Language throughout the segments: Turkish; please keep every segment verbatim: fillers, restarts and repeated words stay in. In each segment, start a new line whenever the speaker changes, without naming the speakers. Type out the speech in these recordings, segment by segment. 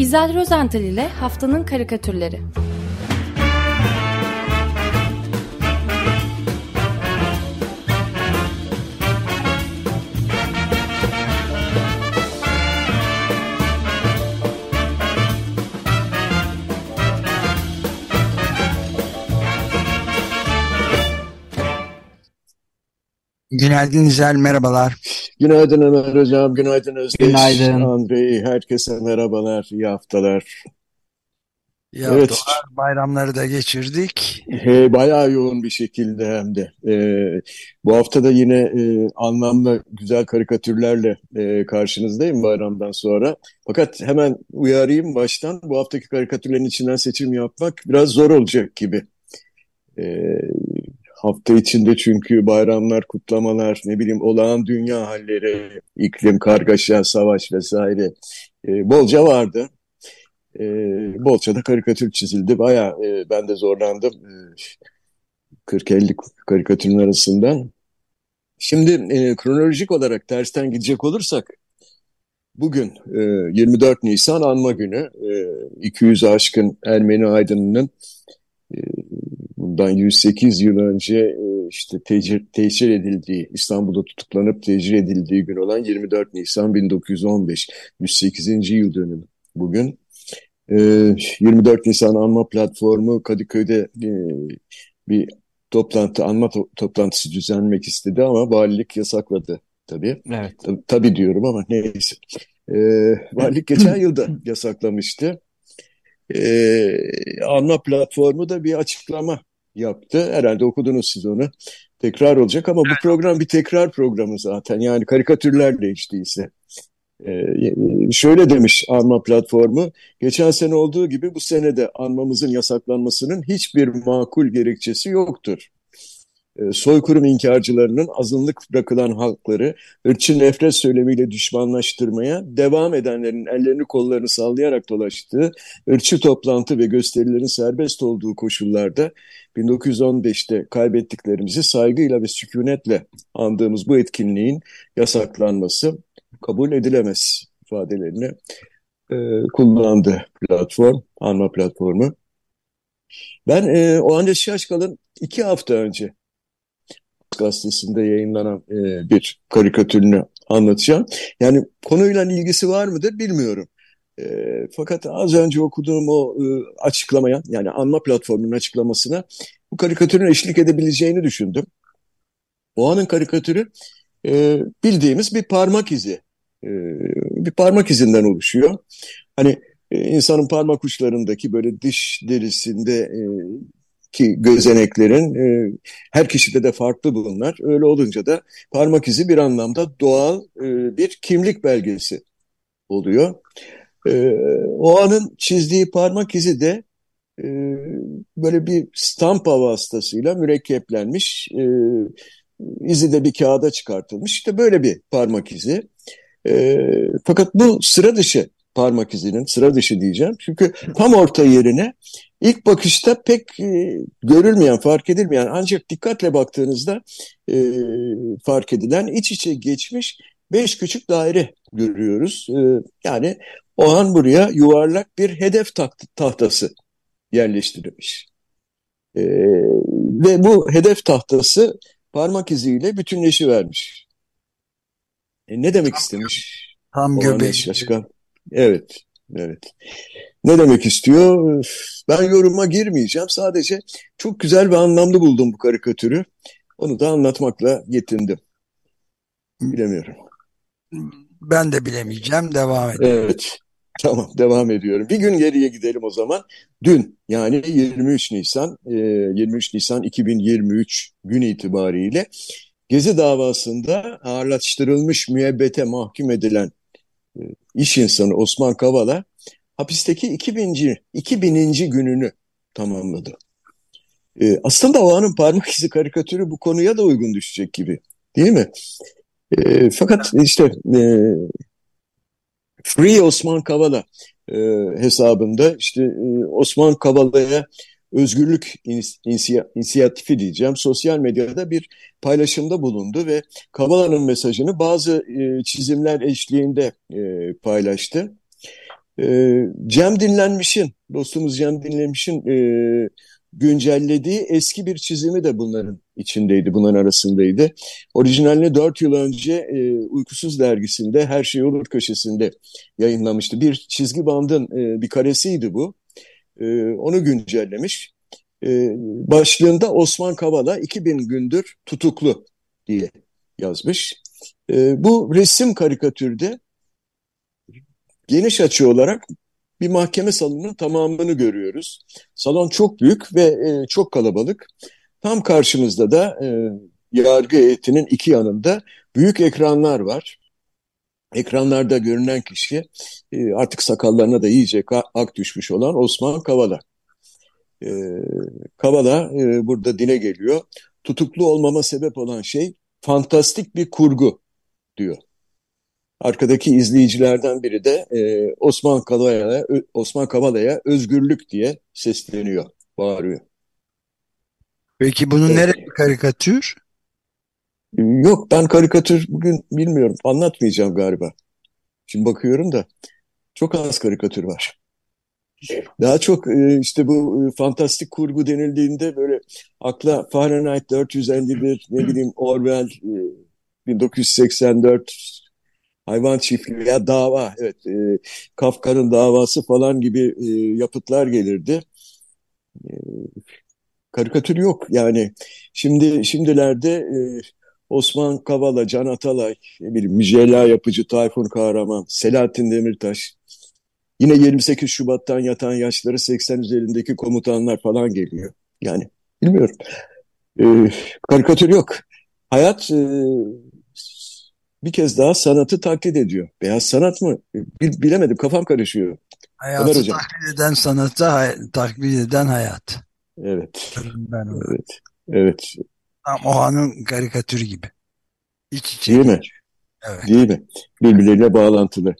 İzel Rozental ile Haftanın Karikatürleri.
Günaydın İzel, merhabalar.
Günaydın Ömer Hocam, günaydın Özdeş,
Günaydın.
Andrei, herkese merhabalar, iyi haftalar.
İyi
Evet,
haftalar, bayramları da geçirdik.
he, bayağı yoğun bir şekilde hem de. Ee, bu hafta da yine e, anlamlı güzel karikatürlerle e, karşınızdayım bayramdan sonra. Fakat hemen uyarayım baştan, bu haftaki karikatürlerin içinden seçim yapmak biraz zor olacak gibi. Ee, Hafta içinde çünkü bayramlar, kutlamalar, ne bileyim olağan dünya halleri, iklim, kargaşa, savaş vesaire e, bolca vardı. E, Bolca da karikatür çizildi. Bayağı e, ben de zorlandım e, kırk elli karikatürün arasından. Şimdi e, kronolojik olarak tersten gidecek olursak bugün e, yirmi dört Nisan Anma Günü. E, iki yüzü aşkın Ermeni aydınının e, bundan yüz sekiz yıl önce e, işte tecir, tehcir edildiği, İstanbul'da tutuklanıp tecir edildiği gün olan yirmi dört Nisan bin dokuz yüz on beş, yüz sekizinci yıl dönümü bugün. E, yirmi dört Nisan Anma Platformu Kadıköy'de e, bir toplantı, anma to- toplantısı düzenlemek istedi ama valilik yasakladı tabii.
Evet.
Tab- Tabii diyorum ama neyse. E, Valilik geçen yılda yasaklamıştı. Ee, Anma Platformu da bir açıklama yaptı. Herhalde okudunuz siz onu. Tekrar olacak ama bu program bir tekrar programı zaten. Yani karikatürlerle hiç değilse. Ee, şöyle demiş Anma Platformu, geçen sene olduğu gibi bu sene de anmamızın yasaklanmasının hiçbir makul gerekçesi yoktur. Soykırım inkarcılarının azınlık bırakılan halkları ırkçı nefret söylemiyle düşmanlaştırmaya devam edenlerin ellerini kollarını sallayarak dolaştığı ırkçı toplantı ve gösterilerin serbest olduğu koşullarda bin dokuz yüz on beşte kaybettiklerimizi saygıyla ve sükunetle andığımız bu etkinliğin yasaklanması kabul edilemez ifadelerini e, kullandı platform, Anma Platformu. Ben e, o Hande Şaşkal'ın iki hafta önce gazetesinde yayınlanan e, bir karikatürünü anlatacağım. Yani konuyla ilgisi var mıdır bilmiyorum. E, fakat az önce okuduğum o e, açıklamaya, yani Anma Platformu'nun açıklamasına bu karikatürün eşlik edebileceğini düşündüm. O anın karikatürü e, bildiğimiz bir parmak izi. E, bir parmak izinden oluşuyor. Hani e, insanın parmak uçlarındaki böyle dış derisinde e, ki gözeneklerin e, her kişide de farklı bunlar. Öyle olunca da parmak izi bir anlamda doğal e, bir kimlik belgesi oluyor. E, O anın çizdiği parmak izi de e, böyle bir stampa vasıtasıyla mürekkeplenmiş, e, izi de bir kağıda çıkartılmış. İşte böyle bir parmak izi. E, fakat bu sıra dışı parmak izinin, sıra dışı diyeceğim. Çünkü tam orta yerine ilk bakışta pek e, görülmeyen, fark edilmeyen ancak dikkatle baktığınızda e, fark edilen iç içe geçmiş beş küçük daire görüyoruz. E, yani o an buraya yuvarlak bir hedef taht- tahtası yerleştirilmiş. E, Ve bu hedef tahtası parmak iziyle bütünleşivermiş. E, ne demek istemiş
Tam
o Hande
göbeği.
Şaşkal? Evet, evet. Ne demek istiyor? Ben yoruma girmeyeceğim. Sadece çok güzel ve anlamlı buldum bu karikatürü. Onu da anlatmakla yetindim. Bilemiyorum.
Ben de bilemeyeceğim, devam edelim.
Evet, tamam devam ediyorum. Bir gün geriye gidelim o zaman. Dün yani yirmi üç Nisan, e, yirmi üç Nisan iki bin yirmi üç gün itibariyle Gezi davasında ağırlaştırılmış müebbete mahkum edilen e, iş insanı Osman Kavala hapisteki iki binci. iki bininci gününü tamamladı. E, aslında o anın parmak izi karikatürü bu konuya da uygun düşecek gibi, değil mi? E, fakat işte e, Free Osman Kavala e, hesabında işte e, Osman Kavala'ya özgürlük inis- inisiya- inisiyatifi diyeceğim, sosyal medyada bir paylaşımda bulundu ve Kavala'nın mesajını bazı e, çizimler eşliğinde e, paylaştı. Ee, Cem Dinlenmiş'in, dostumuz Cem Dinlenmiş'in e, güncellediği eski bir çizimi de bunların içindeydi, bunların arasındaydı. Orijinalini dört yıl önce e, Uykusuz dergisinde Her Şey Olur köşesinde yayınlamıştı. Bir çizgi bandın e, bir karesiydi bu. E, onu güncellemiş. E, başlığında Osman Kavala iki bin gündür tutuklu diye yazmış. E, bu resim karikatürde geniş açı olarak bir mahkeme salonunun tamamını görüyoruz. Salon çok büyük ve e, çok kalabalık. Tam karşımızda da e, yargı heyetinin iki yanında büyük ekranlar var. Ekranlarda görünen kişi e, artık sakallarına da iyice ak düşmüş olan Osman Kavala. E, Kavala e, burada dile geliyor. Tutuklu olmama sebep olan şey fantastik bir kurgu diyor. Arkadaki izleyicilerden biri de e, Osman Kavala'ya Osman Kavala'ya özgürlük diye sesleniyor, bağırıyor.
Peki bunun
Evet.
neresi karikatür?
Yok, ben karikatür bugün bilmiyorum, anlatmayacağım galiba. Şimdi bakıyorum da çok az karikatür var. Daha çok e, işte bu e, fantastik kurgu denildiğinde böyle akla Fahrenheit dört yüz elli bir, ne bileyim Orwell, e, bin dokuz yüz seksen dört, Hayvan Çiftliği veya dava, evet, e, Kafka'nın davası falan gibi e, yapıtlar gelirdi. E, Karikatür yok yani. Şimdi şimdilerde e, Osman Kavala, Can Atalay, ne bileyim Mücella Yapıcı, Tayfun Kahraman, Selahattin Demirtaş, yine yirmi sekiz Şubat'tan yatan yaşları seksen üzerindeki komutanlar falan geliyor. Yani bilmiyorum. E, Karikatür yok. Hayat e, bir kez daha sanatı taklit ediyor. Beyaz sanat mı? Bil- bilemedim, kafam karışıyor. Ömer
Hayatı
Hocam.
taklit eden sanatı hay- taklit eden hayat.
Evet,
Ben onu.
evet, evet.
Tam Oha'nın karikatürü gibi. İç içe
Değil mi?
geçiyor. Evet.
Değil mi? Birbirleriyle bağlantılı.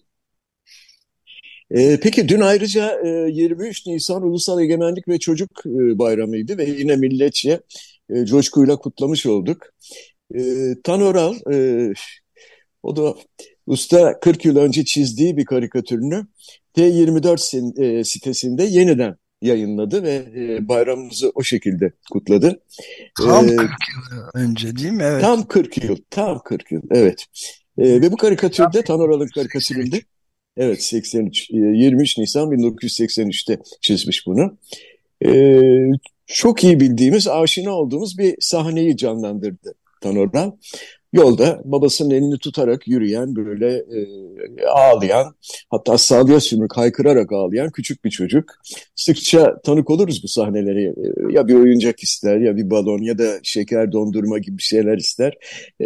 Ee, peki dün ayrıca e, yirmi üç Nisan Ulusal Egemenlik ve Çocuk e, Bayramı'ydı ve yine milletçe e, coşkuyla kutlamış olduk. E, Tan Oral, e, o da usta kırk yıl önce çizdiği bir karikatürünü T yirmi dört sin- e, sitesinde yeniden yayınladı ve e, bayramımızı o şekilde kutladı.
Tam
E,
kırk yıl önce değil mi? Evet.
Tam kırk yıl, tam kırk yıl, evet. E, ve bu karikatürde, Tan Oral'ın karikatüründe,
bin dokuz yüz seksen üç.
evet, seksen üç, e, yirmi üç Nisan bin dokuz yüz seksen üçte çizmiş bunu. E, Çok iyi bildiğimiz, aşina olduğumuz bir sahneyi canlandırdı Tan Oral. Yolda babasının elini tutarak yürüyen, böyle e, ağlayan, hatta salya sümük haykırarak ağlayan küçük bir çocuk. Sıkça tanık oluruz bu sahnelere. E, ya bir oyuncak ister, ya bir balon, ya da şeker, dondurma gibi şeyler ister. E,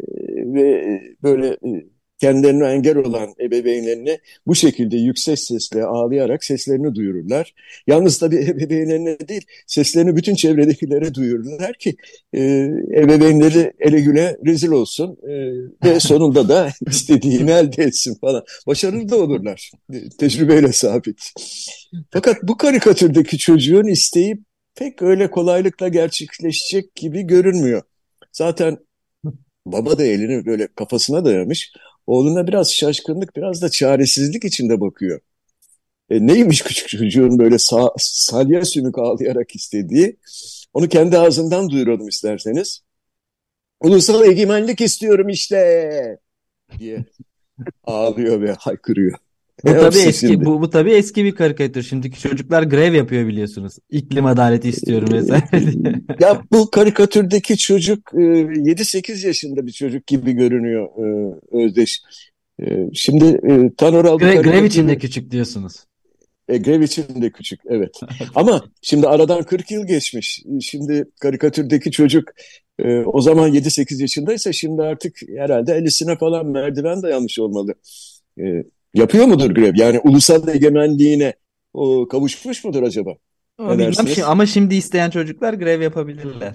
Ve böyle e, kendilerine engel olan ebeveynlerine bu şekilde yüksek sesle ağlayarak seslerini duyururlar. Yalnız tabii ebeveynlerine değil, seslerini bütün çevredekilere duyururlar ki e, ebeveynleri ele güne rezil olsun e, ve sonunda da istediğini elde etsin falan. Başarılı da olurlar. E, Tecrübeyle sabit. Fakat bu karikatürdeki çocuğun isteği pek öyle kolaylıkla gerçekleşecek gibi görünmüyor. Zaten baba da elini böyle kafasına dayamış. Oğluna biraz şaşkınlık, biraz da çaresizlik içinde bakıyor. E, neymiş küçük çocuğun böyle sa salya sümük ağlayarak istediği? Onu kendi ağzından duyuralım isterseniz. Ulusal egemenlik istiyorum işte diye ağlıyor ve haykırıyor.
Bu tabii
Hepsi
eski
şimdi.
bu, bu tabii eski bir karikatür. Şimdiki çocuklar grev yapıyor biliyorsunuz. İklim adaleti istiyorum vesaire diye.
Ya bu karikatürdeki çocuk e, yedi sekiz yaşında bir çocuk gibi görünüyor, e, Özdeş. E, Şimdi e, Tan Oral bu
Gre- grev
karikatürü
içinde küçük diyorsunuz.
E, grev için de küçük, evet. Ama şimdi aradan kırk yıl geçmiş. Şimdi karikatürdeki çocuk e, o zaman yedi sekiz yaşındaysa şimdi artık herhalde ellisine falan merdiven dayanmış olmalı. E, Yapıyor mudur grev? Yani ulusal egemenliğine o, kavuşmuş mudur acaba?
Ama
Ne
bilmem şi-
dersiniz?
ama şimdi isteyen çocuklar grev yapabilirler.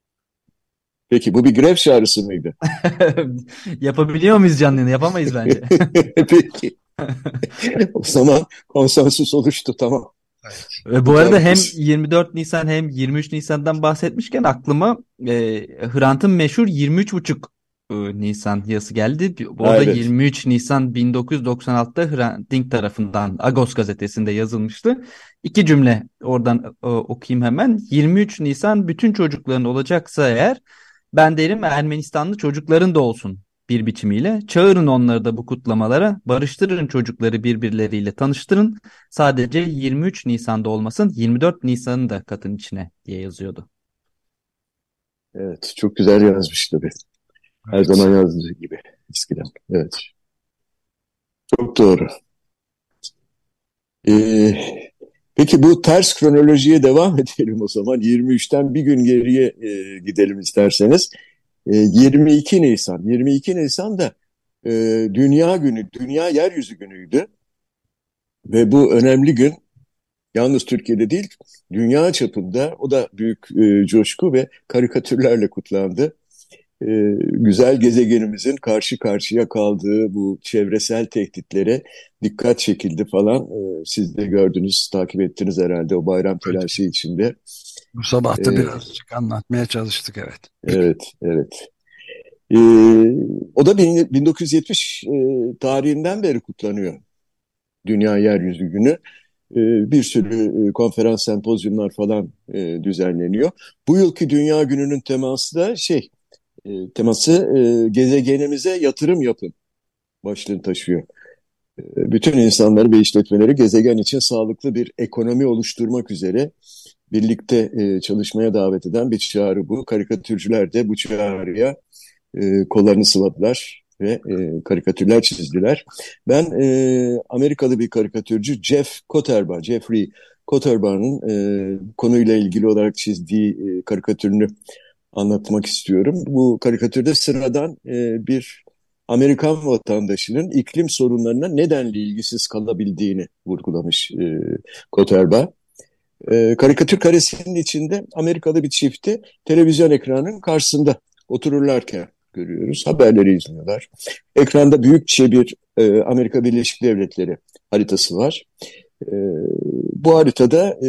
Peki bu bir grev çağrısı mıydı?
Yapabiliyor muyuz canlı yayını? Yapamayız bence.
Peki. O zaman konsensus oluştu, tamam.
Evet.
Ve
Bu
bu arada hem
tarih
yirmi dört Nisan hem yirmi üç Nisan'dan bahsetmişken aklıma e, Hrant'ın meşhur yirmi üç buçuk e, Nisan yası geldi. O
Ha,
da
evet.
yirmi üç Nisan bin dokuz yüz doksan altıda Hrant Dink tarafından Agos gazetesinde yazılmıştı. İki cümle oradan e, okuyayım hemen. yirmi üç Nisan bütün çocukların olacaksa eğer ben derim Ermenistanlı çocukların da olsun bir biçimiyle. Çağırın onları da bu kutlamalara. Barıştırın çocukları birbirleriyle tanıştırın. Sadece yirmi üç Nisan'da olmasın yirmi dört Nisan'ı da katın içine diye yazıyordu.
Evet. Çok güzel yazmış tabii. Her
Evet.
zaman yazdığı gibi eskiden. Evet. Çok doğru. Ee, peki bu ters kronolojiye devam edelim o zaman. yirmi üçten bir gün geriye e, gidelim isterseniz. E, yirmi iki Nisan. yirmi iki Nisan da e, Dünya Günü, Dünya Yeryüzü Günü'ydü. Ve bu önemli gün yalnız Türkiye'de değil, dünya çapında o da büyük e, coşku ve karikatürlerle kutlandı. E, güzel gezegenimizin karşı karşıya kaldığı bu çevresel tehditlere dikkat çekildi falan. E, siz de gördünüz, takip ettiniz herhalde o bayram
Evet.
telaşı içinde.
Bu sabah da
E,
birazcık anlatmaya çalıştık, evet.
evet, evet. E, o da bin dokuz yüz yetmiş e, tarihinden beri kutlanıyor Dünya Yeryüzü Günü. E, bir sürü e, konferans, sempozyumlar falan e, düzenleniyor. Bu yılki Dünya Günü'nün teması da şey, e, teması e, gezegenimize yatırım yapın başlığını taşıyor. E, bütün insanları ve işletmeleri gezegen için sağlıklı bir ekonomi oluşturmak üzere birlikte e, çalışmaya davet eden bir çağrı bu. Karikatürcüler de bu çağrıya e, kollarını sıvadılar ve e, karikatürler çizdiler. Ben e, Amerikalı bir karikatürcü Jeff Kotterba, Jeffrey Kotterba'nın e, konuyla ilgili olarak çizdiği e, karikatürünü anlatmak istiyorum. Bu karikatürde sıradan e, bir Amerikan vatandaşının iklim sorunlarına nedenle ilgisiz kalabildiğini vurgulamış e, Kotterba. E, karikatür karesinin içinde Amerikalı bir çifti televizyon ekranının karşısında otururlarken görüyoruz. Haberleri izliyorlar. Ekranda büyükçe bir e, Amerika Birleşik Devletleri haritası var. E, bu haritada e,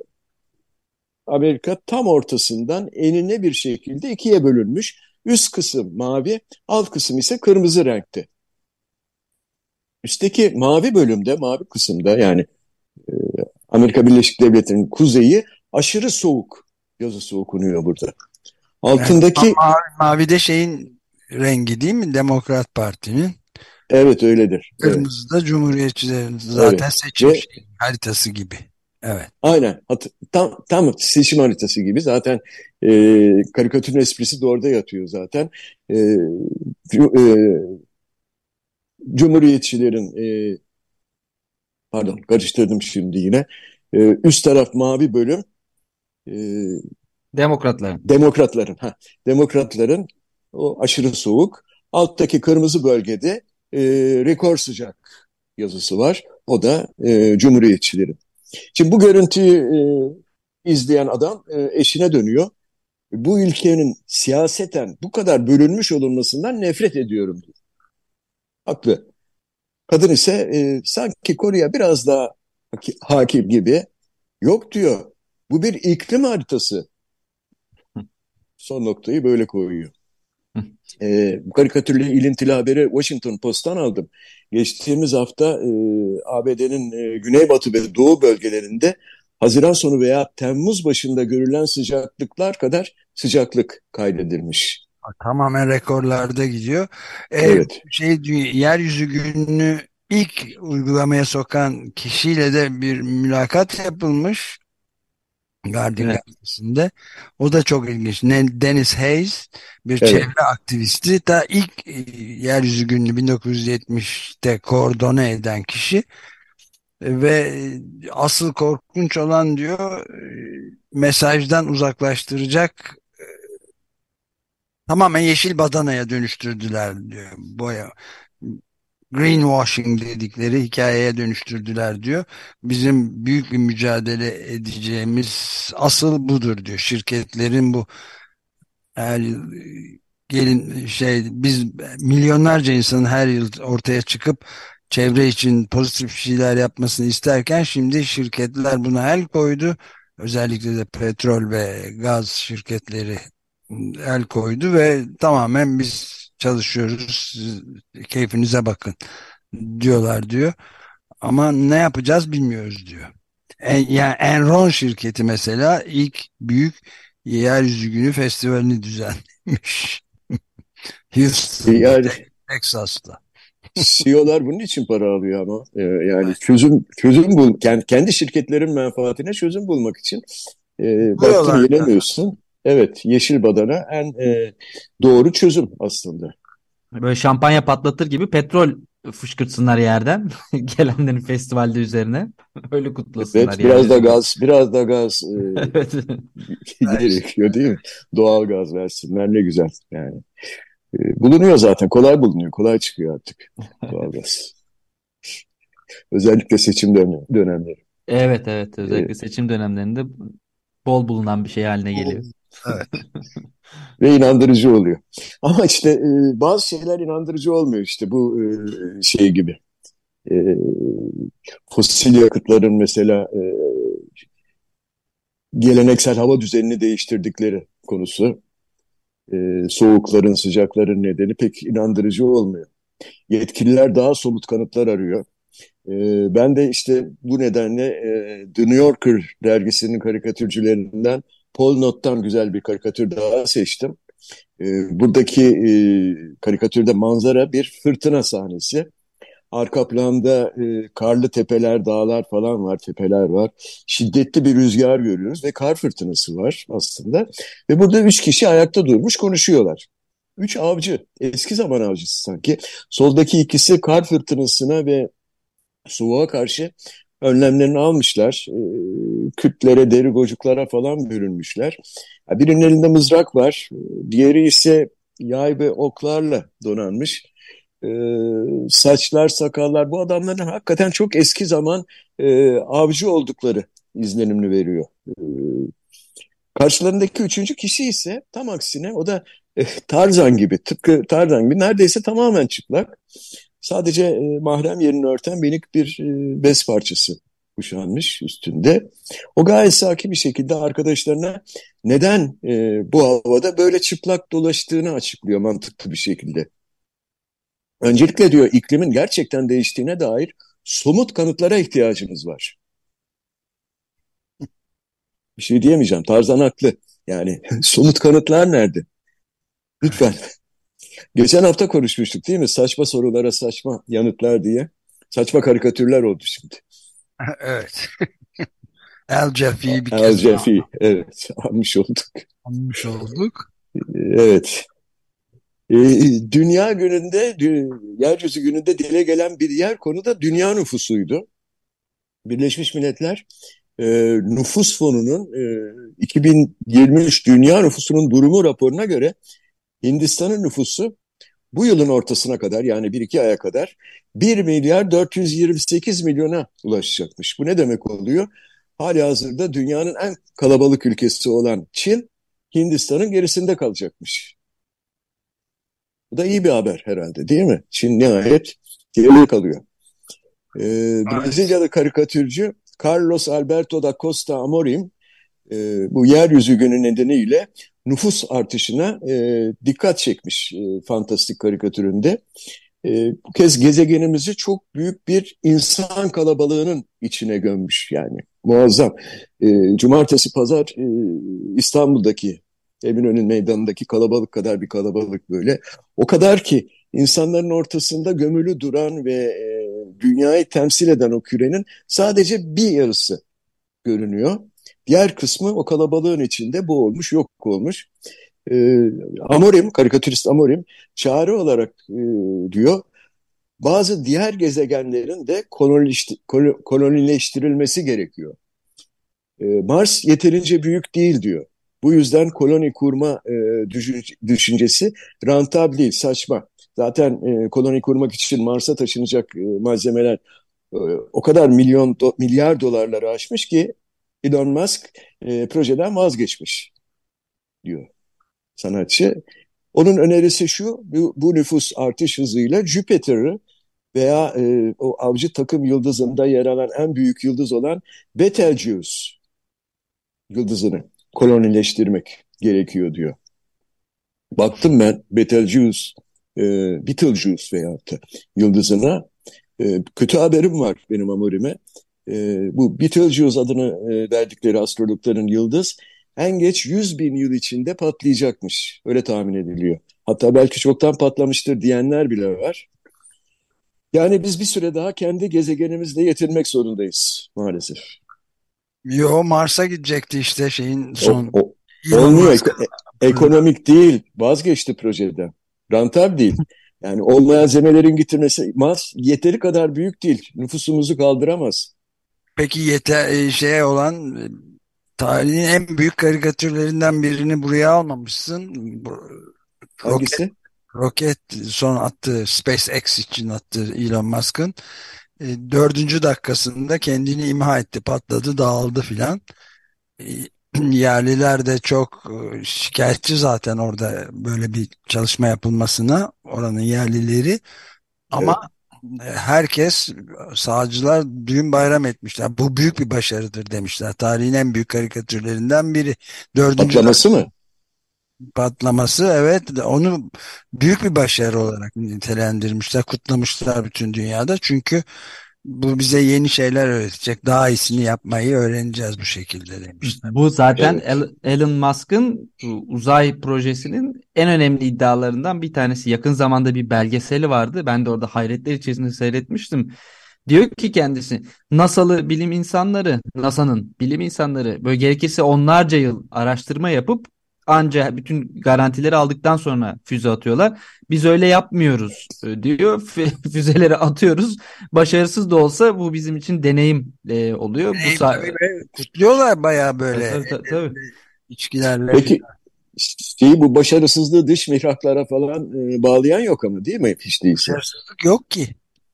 Amerika tam ortasından enine bir şekilde ikiye bölünmüş. Üst kısım mavi, alt kısım ise kırmızı renkte. Üstteki mavi bölümde, mavi kısımda yani e, Amerika Birleşik Devletleri'nin kuzeyi aşırı soğuk yazısı okunuyor burada.
Yani
Altındaki
mavi, mavi de şeyin rengi değil mi? Demokrat Parti'nin.
evet öyledir. Evet,
Kırmızı da Cumhuriyetçilerin zaten
evet.
seçim
Ve
şeyi, haritası gibi. Evet.
aynen hat- tam tam seçim haritası gibi zaten e, karikatürün esprisi de orada yatıyor zaten. E, cu- e, Cumhuriyetçilerin e, pardon karıştırdım şimdi yine. E, üst taraf mavi bölüm e,
Demokratların.
demokratların ha demokratların o aşırı soğuk. Alttaki kırmızı bölgede e, rekor sıcak yazısı var. O da e, Cumhuriyetçilerin. Şimdi bu görüntüyü e, izleyen adam e, eşine dönüyor. Bu ülkenin siyaseten bu kadar bölünmüş olunmasından nefret ediyorum diyor. Haklı. Kadın ise e, sanki konuya biraz daha hakim gibi. Yok diyor. Bu bir iklim haritası. Son noktayı böyle koyuyor. E, bu karikatürle ilintili haberi Washington Post'tan aldım. Geçtiğimiz hafta e, A B D'nin e, güneybatı ve doğu bölgelerinde Haziran sonu veya Temmuz başında görülen sıcaklıklar kadar sıcaklık kaydedilmiş.
Tamamen rekorlarda gidiyor. E,
Evet,
şey dü- yeryüzü gününü ilk uygulamaya sokan kişiyle de bir mülakat yapılmış Guardian
Evet.
gazetesinde. O da çok ilginç. Ne, Dennis Hayes bir
evet.
çevre aktivisti. Da ilk e, yeryüzü gününü bin dokuz yüz yetmişte koordine eden kişi. E, ve e, asıl korkunç olan diyor e, mesajdan uzaklaştıracak tamamen yeşil badanaya dönüştürdüler diyor. Boya greenwashing dedikleri hikayeye dönüştürdüler diyor. Bizim büyük bir mücadele edeceğimiz asıl budur diyor. Şirketlerin bu her yıl e, gelin şey biz milyonlarca insanın her yıl ortaya çıkıp çevre için pozitif şeyler yapmasını isterken şimdi şirketler buna el koydu. Özellikle de petrol ve gaz şirketleri el koydu ve tamamen biz çalışıyoruz, siz keyfinize bakın diyorlar diyor. Ama ne yapacağız bilmiyoruz diyor. En, yani Enron şirketi mesela ilk büyük Yeryüzü Günü Festivali'ni düzenlemiş. Houston'da,
Yani
Texas'ta.
C E O'lar bunun için para alıyor ama Ee, yani çözüm çözüm bul kendi, kendi şirketlerin menfaatine çözüm bulmak için e, baktın
Buluyorlar.
yenemiyorsun. Evet, yeşil badana en e, doğru çözüm aslında.
Böyle şampanya patlatır gibi petrol fışkırtsınlar yerden. Gelenlerin festivalde üzerine. Öyle kutlasınlar
Evet, biraz da
yeryüzünü.
gaz, biraz da gaz
Evet.
e, gerekiyor değil mi? Doğal gaz versinler ne güzel yani. E, bulunuyor zaten, kolay bulunuyor, kolay çıkıyor artık doğal gaz. Özellikle seçim dönem, dönemleri.
Evet, evet,
E,
özellikle seçim dönemlerinde bol bulunan bir şey haline geliyor.
Evet.
Ve inandırıcı oluyor. Ama işte e, bazı şeyler inandırıcı olmuyor işte bu e, şey gibi. E, Fosil yakıtların mesela e, geleneksel hava düzenini değiştirdikleri konusu. E, soğukların, sıcakların nedeni pek inandırıcı olmuyor. Yetkililer daha somut kanıtlar arıyor. E, ben de işte bu nedenle e, The New Yorker dergisinin karikatürcülerinden Paul Nott'tan güzel bir karikatür daha seçtim. E, buradaki e, karikatürde manzara bir fırtına sahnesi. Arka planda e, karlı tepeler, dağlar falan var, tepeler var. Şiddetli bir rüzgar görüyoruz ve kar fırtınası var aslında. Ve burada üç kişi ayakta durmuş konuşuyorlar. Üç avcı, eski zaman avcısı sanki. Soldaki ikisi kar fırtınasına ve soğuğa karşı önlemlerini almışlar. E, kütlere, deri gocuklara falan bürünmüşler. Birinin elinde mızrak var, diğeri ise yay ve oklarla donanmış. Ee, saçlar, sakallar bu adamların hakikaten çok eski zaman e, avcı oldukları izlenimini veriyor. Ee, karşılarındaki üçüncü kişi ise tam aksine o da e, Tarzan gibi, tıpkı Tarzan gibi neredeyse tamamen çıplak. Sadece e, mahrem yerini örten minik bir e, bez parçası kuşanmış üstünde. O gayet sakin bir şekilde arkadaşlarına neden e, bu havada böyle çıplak dolaştığını açıklıyor mantıklı bir şekilde. Öncelikle diyor iklimin gerçekten değiştiğine dair somut kanıtlara ihtiyacımız var. Bir şey diyemeyeceğim. Tarzan haklı. Yani somut kanıtlar nerede? Lütfen. Geçen hafta konuşmuştuk değil mi? Saçma sorulara saçma yanıtlar diye. Saçma karikatürler oldu şimdi.
Evet. El Jeffy'yi bir
Al
kez daha
Jeffy. Evet. Almış olduk.
anmış olduk.
Evet. Ee, Dünya gününde, dü- yeryüzü gününde dile gelen bir diğer konu da dünya nüfusuydu. Birleşmiş Milletler e, Nüfus Fonu'nun e, iki bin yirmi üç Dünya Nüfusunun Durumu raporuna göre Hindistan'ın nüfusu bu yılın ortasına kadar yani bir iki aya kadar bir milyar dört yüz yirmi sekiz milyona ulaşacakmış. Bu ne demek oluyor? Halihazırda dünyanın en kalabalık ülkesi olan Çin, Hindistan'ın gerisinde kalacakmış. Bu da iyi bir haber herhalde değil mi? Çin nihayet geride kalıyor. Ee,
Evet.
Brezilyalı karikatürcü Carlos Alberto da Costa Amorim e, bu yeryüzü günü nedeniyle nüfus artışına e, dikkat çekmiş e, fantastik karikatüründe. E, bu kez gezegenimizi çok büyük bir insan kalabalığının içine gömmüş yani muazzam. E, Cumartesi pazar e, İstanbul'daki Eminönü Meydanı'ndaki kalabalık kadar bir kalabalık böyle. O kadar ki insanların ortasında gömülü duran ve e, dünyayı temsil eden o kürenin sadece bir yarısı görünüyor. Diğer kısmı o kalabalığın içinde boğulmuş, yok olmuş. E, Amorim, karikatürist Amorim çare olarak e, diyor, bazı diğer gezegenlerin de kolonileştirilmesi gerekiyor. E, Mars yeterince büyük değil diyor. Bu yüzden koloni kurma e, düşüncesi rantab değil, saçma. Zaten e, koloni kurmak için Mars'a taşınacak e, malzemeler e, o kadar milyon do, milyar dolarları aşmış ki Elon Musk e, projeden vazgeçmiş diyor sanatçı. Onun önerisi şu, bu, bu nüfus artış hızıyla Jüpiter'i veya e, o avcı takım yıldızında yer alan en büyük yıldız olan Betelgeuse yıldızını kolonileştirmek gerekiyor diyor. Baktım ben Betelgeuse e, Betelgeuse veyahut da yıldızına. E, kötü haberim var benim Amori'me. E, bu Betelgeuse adını e, verdikleri astrologların yıldız en geç yüz bin yıl içinde patlayacakmış. Öyle tahmin ediliyor. Hatta belki çoktan patlamıştır diyenler bile var. Yani biz bir süre daha kendi gezegenimizle yetinmek zorundayız maalesef.
Yo, Mars'a gidecekti işte şeyin
O,
son
o,
Elon
olmuyor.
Musk.
Eko- e- ekonomik değil. Vazgeçti projeden. Rantab değil. Yani o malzemelerin getirmesi Mars yeteri kadar büyük değil. Nüfusumuzu kaldıramaz.
Peki yeter e, şey olan e, tarihin en büyük karikatürlerinden birini buraya almamışsın. Bu, roket
Hangisi?
roket son attığı SpaceX için attığı Elon Musk'ın e, dördüncü dakikasında kendini imha etti, patladı, dağıldı filan. E, Yerliler de çok e, şikayetçi zaten orada böyle bir çalışma yapılmasına, oranın yerlileri. Ama
Evet.
e, herkes, sağcılar düğün bayram etmişler. Bu büyük bir başarıdır demişler. Tarihin en büyük karikatürlerinden biri. Dördüncü
Patlaması mı?
patlaması, evet, onu büyük bir başarı olarak nitelendirmişler, kutlamışlar bütün dünyada. Çünkü bu bize yeni şeyler öğretecek, daha iyisini yapmayı öğreneceğiz bu şekilde demişler.
Bu zaten
Evet.
El- Elon Musk'ın bu uzay projesinin en önemli iddialarından bir tanesi. Yakın zamanda bir belgeseli vardı. Ben de orada hayretler içerisinde seyretmiştim. Diyor ki kendisi, NASA'lı bilim insanları, NASA'nın bilim insanları böyle gerekirse onlarca yıl araştırma yapıp anca bütün garantileri aldıktan sonra füze atıyorlar. Biz öyle yapmıyoruz e, diyor. Fü- Füzeleri atıyoruz. Başarısız da olsa bu bizim için deneyim e, oluyor. Bu
E, tabii,
sa-
ve kutluyorlar bayağı
tabii,
böyle
tabii, tabii, tabii.
içkilerle filan.
Peki şeyi bu başarısızlığı dış mihraklara falan e, bağlayan yok ama değil mi hiç değilse?
Başarısızlık yok ki.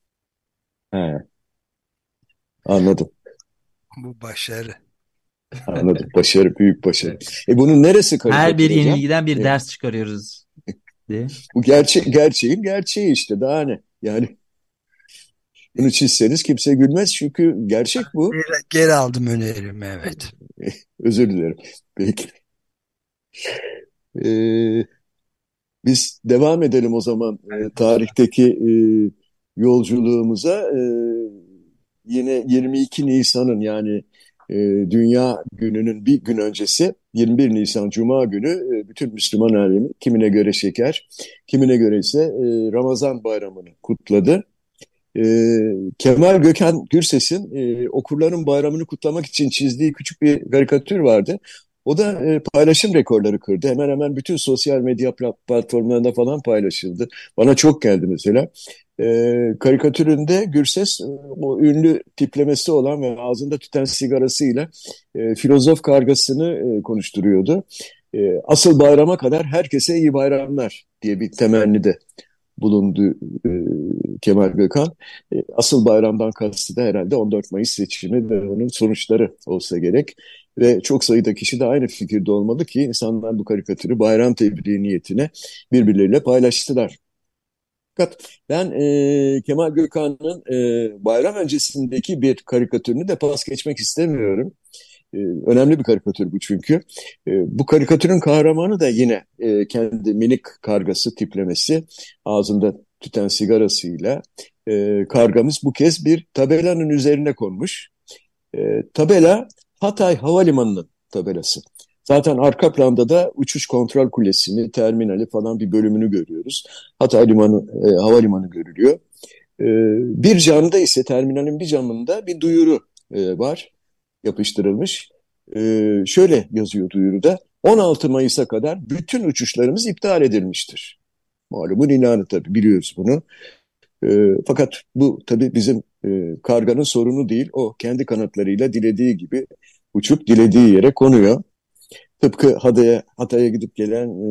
He, anladım.
Bu başarı.
Anladım. Başarı, büyük başarı.
Evet.
E bunun neresi
Her bir
karikatür hocam?
yenilgiden bir
E,
ders çıkarıyoruz diye.
bu gerçek, gerçeğin gerçeği işte daha ne? Yani bunu çizseniz kimse gülmez çünkü gerçek bu.
Geri, geri aldım önerimi, evet.
Özür dilerim. Peki. E, biz devam edelim o zaman e, tarihteki e, yolculuğumuza. E, yine yirmi iki Nisan'ın yani e, Dünya Günü'nün bir gün öncesi yirmi bir Nisan Cuma günü e, bütün Müslüman alemi kimine göre şeker, kimine göre ise e, Ramazan bayramını kutladı. E, Kemal Gökhan Gürses'in e, okurların bayramını kutlamak için çizdiği küçük bir karikatür vardı. O da e, paylaşım rekorları kırdı. Hemen hemen bütün sosyal medya plat- platformlarında falan paylaşıldı. Bana çok geldi mesela. E, karikatüründe Gürses e, o ünlü tiplemesi olan ve ağzında tüten sigarasıyla e, filozof kargasını e, konuşturuyordu. E, asıl bayrama kadar herkese iyi bayramlar diye bir temennide bulundu e, Kemal Gökhan. E, asıl bayramdan kastı da herhalde on dört Mayıs seçimi ve onun sonuçları olsa gerek. Ve çok sayıda kişi de aynı fikirde olmalı ki insanlar bu karikatürü bayram tebriği niyetine birbirleriyle paylaştılar. Fakat ben e, Kemal Gökhan'ın e, bayram öncesindeki bir karikatürünü de pas geçmek istemiyorum. E, önemli bir karikatür bu çünkü. E, bu karikatürün kahramanı da yine e, kendi minik kargası tiplemesi, ağzında tüten sigarasıyla. E, kargamız bu kez bir tabelanın üzerine konmuş. E, tabela Hatay Havalimanı'nın tabelası. Zaten arka planda da uçuş kontrol kulesini, terminali falan bir bölümünü görüyoruz. Hatay Limanı, e, Havalimanı görülüyor. E, bir camda ise terminalin bir camında bir duyuru e, var, yapıştırılmış. E, şöyle yazıyor duyuruda: on altı Mayıs'a kadar bütün uçuşlarımız iptal edilmiştir. Malumun ilanı tabii, biliyoruz bunu. E, fakat bu tabii bizim e, karganın sorunu değil. O kendi kanatlarıyla dilediği gibi uçup dilediği yere konuyor. Tıpkı Hatay'a Hatay'a gidip gelen e,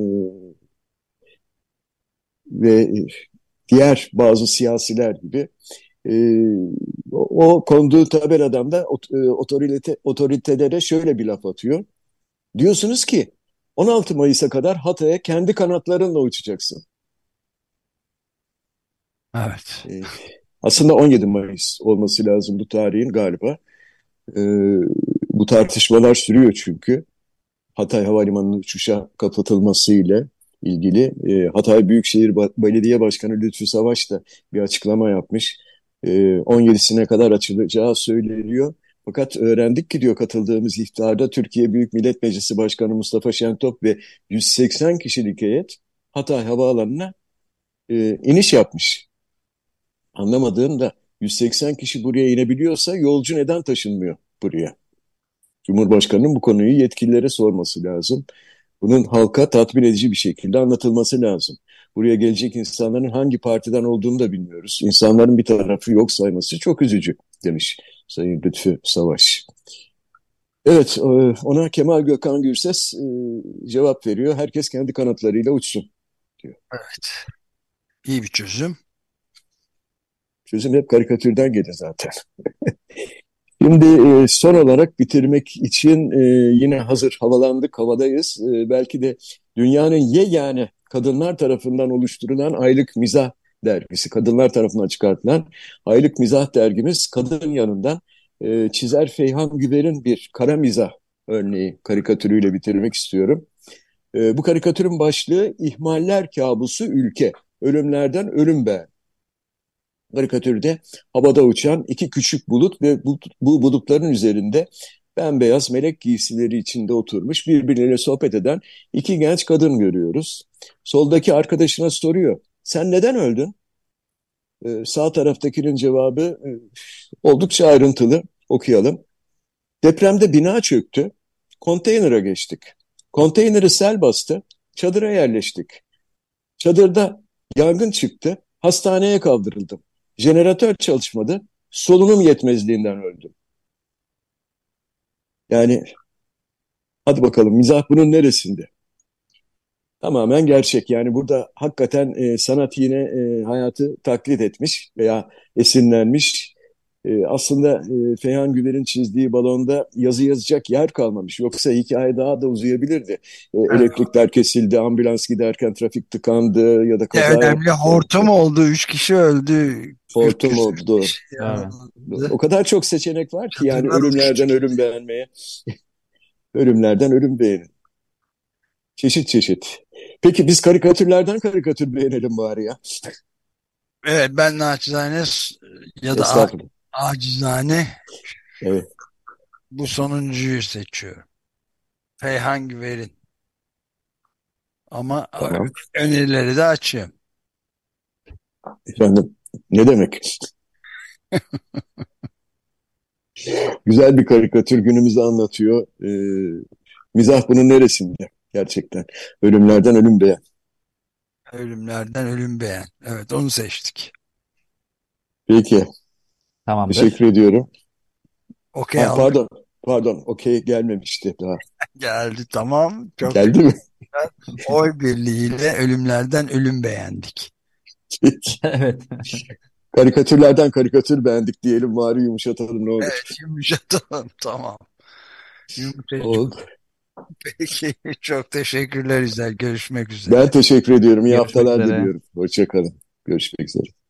ve diğer bazı siyasiler gibi e, o, o konduğu tabeladan da ot, e, otorite, otoritelere şöyle bir laf atıyor. Diyorsunuz ki on altı Mayıs'a kadar Hatay'a kendi kanatlarınla uçacaksın.
Evet.
E, aslında on yedi Mayıs olması lazım bu tarihin galiba. E, bu tartışmalar sürüyor çünkü. Hatay Havalimanı'nın uçuşa kapatılmasıyla ilgili. E, Hatay Büyükşehir Ba- Belediye Başkanı Lütfü Savaş da bir açıklama yapmış. E, on yedisine kadar açılacağı söyleniyor. Fakat öğrendik ki diyor katıldığımız iftarda Türkiye Büyük Millet Meclisi Başkanı Mustafa Şentop ve yüz seksen kişilik heyet Hatay Havaalanı'na e, iniş yapmış. Anlamadığım da yüz seksen kişi buraya inebiliyorsa yolcu neden taşınmıyor buraya? Cumhurbaşkanının bu konuyu yetkililere sorması lazım. Bunun halka tatmin edici bir şekilde anlatılması lazım. Buraya gelecek insanların hangi partiden olduğunu da bilmiyoruz. İnsanların bir tarafı yok sayması çok üzücü demiş Sayın Lütfü Savaş. Evet, e, ona Kemal Gökhan Gürses e, cevap veriyor. Herkes kendi kanatlarıyla uçsun diyor.
Evet. İyi bir çözüm.
Çözüm hep karikatürden gelir zaten. Şimdi e, son olarak bitirmek için e, yine hazır havalandık, havadayız. E, belki de dünyanın yegane kadınlar tarafından oluşturulan aylık mizah dergisi, kadınlar tarafından çıkartılan aylık mizah dergimiz Kadın Yanı'ndan e, çizer Feyhan Güver'in bir kara mizah örneği karikatürüyle bitirmek istiyorum. E, bu karikatürün başlığı İhmaller Kabusu Ülke, Ölümlerden Ölüm Beğen. Karikatürde havada uçan iki küçük bulut ve bu, bu bulutların üzerinde bembeyaz melek giysileri içinde oturmuş birbirleriyle sohbet eden iki genç kadın görüyoruz. Soldaki arkadaşına soruyor, sen neden öldün? Ee, sağ taraftakinin cevabı e, oldukça ayrıntılı, okuyalım. Depremde bina çöktü, konteynere geçtik. Konteyneri sel bastı, çadıra yerleştik. Çadırda yangın çıktı, hastaneye kaldırıldım. Jeneratör çalışmadı, solunum yetmezliğinden öldüm. Yani hadi bakalım mizah bunun neresinde? Tamamen gerçek. Yani burada hakikaten e, sanat yine e, hayatı taklit etmiş veya esinlenmiş. E, aslında e, Feyhan Güler'in çizdiği balonda yazı yazacak yer kalmamış. Yoksa hikaye daha da uzayabilirdi. E,
Evet.
elektrikler kesildi, ambulans giderken trafik tıkandı ya da
Ya
kaza
önemli
yaptı.
hortum oldu. Üç kişi öldü.
Hortum
üç yüz
oldu.
kişi
Tabii.
yaralandı.
O kadar çok seçenek var ki yani
Çadırlar uçtu.
ölümlerden ölüm beğenmeye, ölümlerden ölüm beğenin. Çeşit çeşit. Peki biz karikatürlerden karikatür beğenelim bari ya.
Evet, ben naçizane s- ya da a-
Estağfurullah.
acizane
Evet,
bu sonuncuyu seçiyorum. Feyhan Güver'in. Ama a,
tamam.
önerileri de açıyorum.
Efendim, ne demek? Güzel bir karikatür günümüzü anlatıyor. Ee, mizah bunun neresinde? Gerçekten. Ölümlerden ölüm beğen.
Ölümlerden ölüm beğen. Evet, onu seçtik.
Peki,
Tamamdır.
teşekkür ediyorum.
Okey
Ha,
aldık.
pardon, pardon. Okey gelmemişti daha.
Geldi, tamam. Çok
Geldi mi?
güzel. Oy birliğiyle ölümlerden ölüm beğendik.
Peki.
Evet.
Karikatürlerden karikatür beğendik diyelim. Bari yumuşatalım ne olur.
Evet, yumuşatalım. Tamam. Yumuşacık.
Oldu.
Peki. Çok teşekkürler İzel. Görüşmek üzere.
Ben teşekkür ediyorum. İyi
Görüşmek
haftalar
üzere.
diliyorum. Hoşça kalın. Görüşmek üzere.